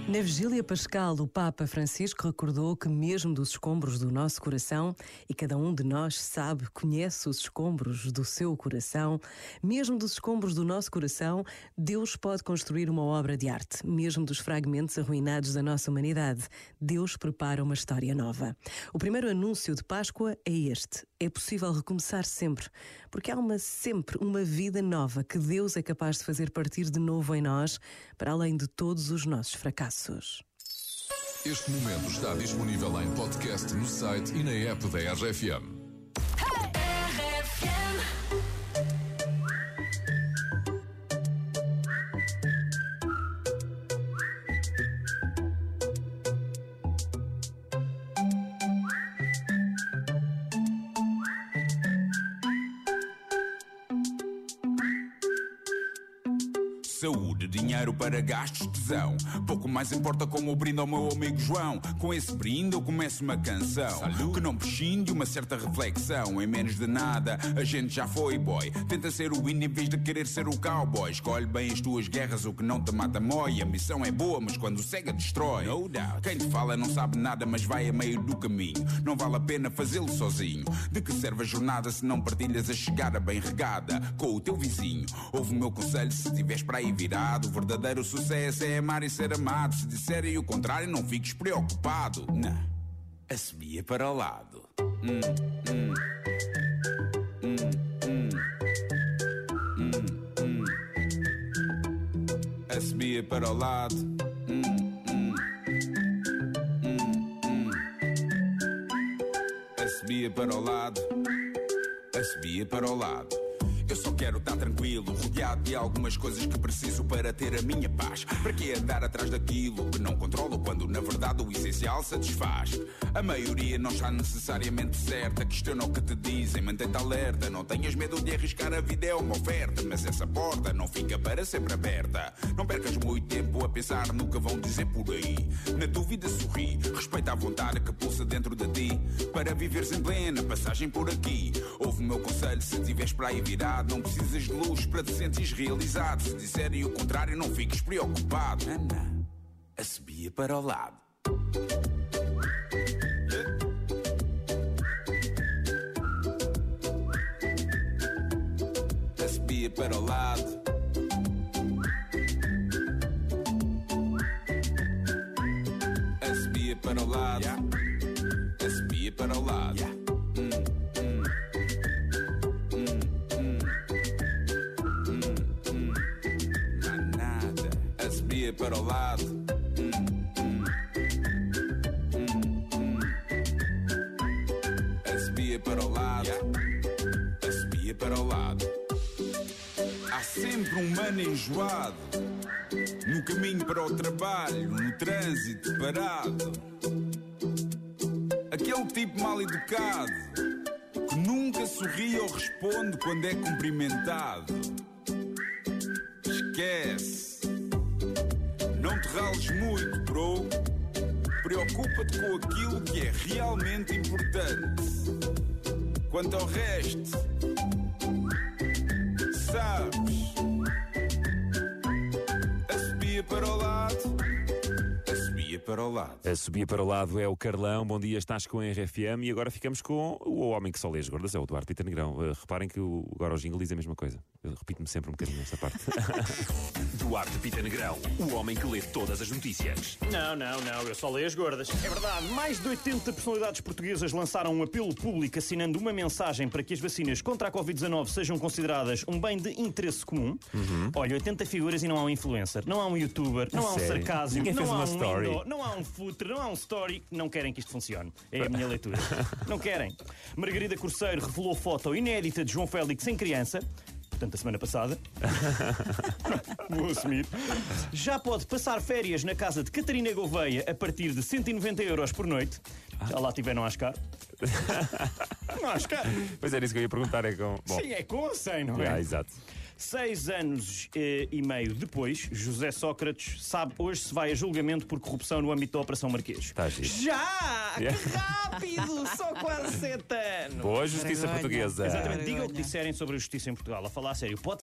Na vigília pascal, o Papa Francisco recordou que mesmo dos escombros do nosso coração, e cada um de nós sabe, conhece os escombros do seu coração, mesmo dos escombros do nosso coração, Deus pode construir uma obra de arte. Mesmo dos fragmentos arruinados da nossa humanidade, Deus prepara uma história nova. O primeiro anúncio de Páscoa é este: é possível recomeçar sempre, porque há sempre uma vida nova que Deus é capaz de fazer partir de novo em nós, para além de todos os nossos fracassos. Este momento está disponível em podcast no site e na app da RFM. Saúde, dinheiro para gastos, tesão. Pouco mais importa como o brinde ao meu amigo João. Com esse brinde eu começo uma canção que não prescinde uma certa reflexão. Em menos de nada a gente já foi boy. Tenta ser o índio em vez de querer ser o cowboy. Escolhe bem as tuas guerras, o que não te mata mói. A missão é boa, mas quando cega destrói. No doubt. Quem te fala não sabe nada, mas vai a meio do caminho. Não vale a pena fazê-lo sozinho. De que serve a jornada se não partilhas a chegada bem regada com o teu vizinho? Ouve o meu conselho se tiveres para aí virado. O verdadeiro sucesso é amar e ser amado. Se disserem o contrário, não fiques preocupado. Não, assobia para o lado. Assobia para o lado. Assobia para o lado. Assobia para o lado. Eu só quero estar tranquilo, rodeado de algumas coisas que preciso para ter a minha paz. Para que andar atrás daquilo que não controlo, quando na verdade o essencial satisfaz? A maioria não está necessariamente certa. Questiona o que te dizem, mantém-te alerta. Não tenhas medo de arriscar, a vida é uma oferta. Mas essa porta não fica para sempre aberta. Não percas muito tempo a pensar no que vão dizer por aí. Na dúvida sorri, respeita a vontade que pulsa dentro de ti. Para viveres em plena passagem por aqui. Ouve o meu conselho se tiveres para aí virado. Não precisas de luz para te sentires realizado. Se disserem o contrário, não fiques preocupado. Não, assobia para o lado. Assobia para o lado. Assobia para o lado. Assobia para o lado. Assobia para o lado. Assobia para o lado. Assobia para o lado. Há sempre um mano enjoado no caminho para o trabalho, no trânsito parado. Aquele tipo mal educado que nunca sorri ou responde quando é cumprimentado. Esquece. Não te rales muito, bro. Preocupa-te com aquilo que é realmente importante. Quanto ao resto, sabes, assobia para o lado. Assobia para o lado. Assobia para o lado é o Carlão. Bom dia, estás com a RFM. E agora ficamos com o homem que só lê as gordas, é o Duarte Pita Negrão. Reparem que agora o jingle diz a mesma coisa. Eu repito-me sempre um bocadinho essa parte. Duarte Pita Negrão, o homem que lê todas as notícias. Não, eu só leio as gordas. É verdade, mais de 80 personalidades portuguesas lançaram um apelo público assinando uma mensagem para que as vacinas contra a Covid-19 sejam consideradas um bem de interesse comum. Olha, 80 figuras e não há um influencer, não há um youtuber, não há um sarcasmo, Ninguém fez não há uma um story. window, não há um footer, não há um story. Não querem que isto funcione. É a minha leitura. Não querem. Margarida Corceiro revelou foto inédita de João Félix sem criança. Portanto, a semana passada. Vou assumir. Já pode passar férias na casa de Catarina Gouveia a partir de 190 € por noite. Já lá tiver, não há caro. Não há caro. Pois era isso que eu ia perguntar. É com... Bom. Sim, é com ou sem, não é? Exato. 6 anos e meio depois, José Sócrates sabe hoje se vai a julgamento por corrupção no âmbito da Operação Marquês. Tá giro. Já! Que rápido! Só quase 7 anos! Boa justiça portuguesa. Exatamente. Diga o que disserem sobre a justiça em Portugal. A falar a sério. Pode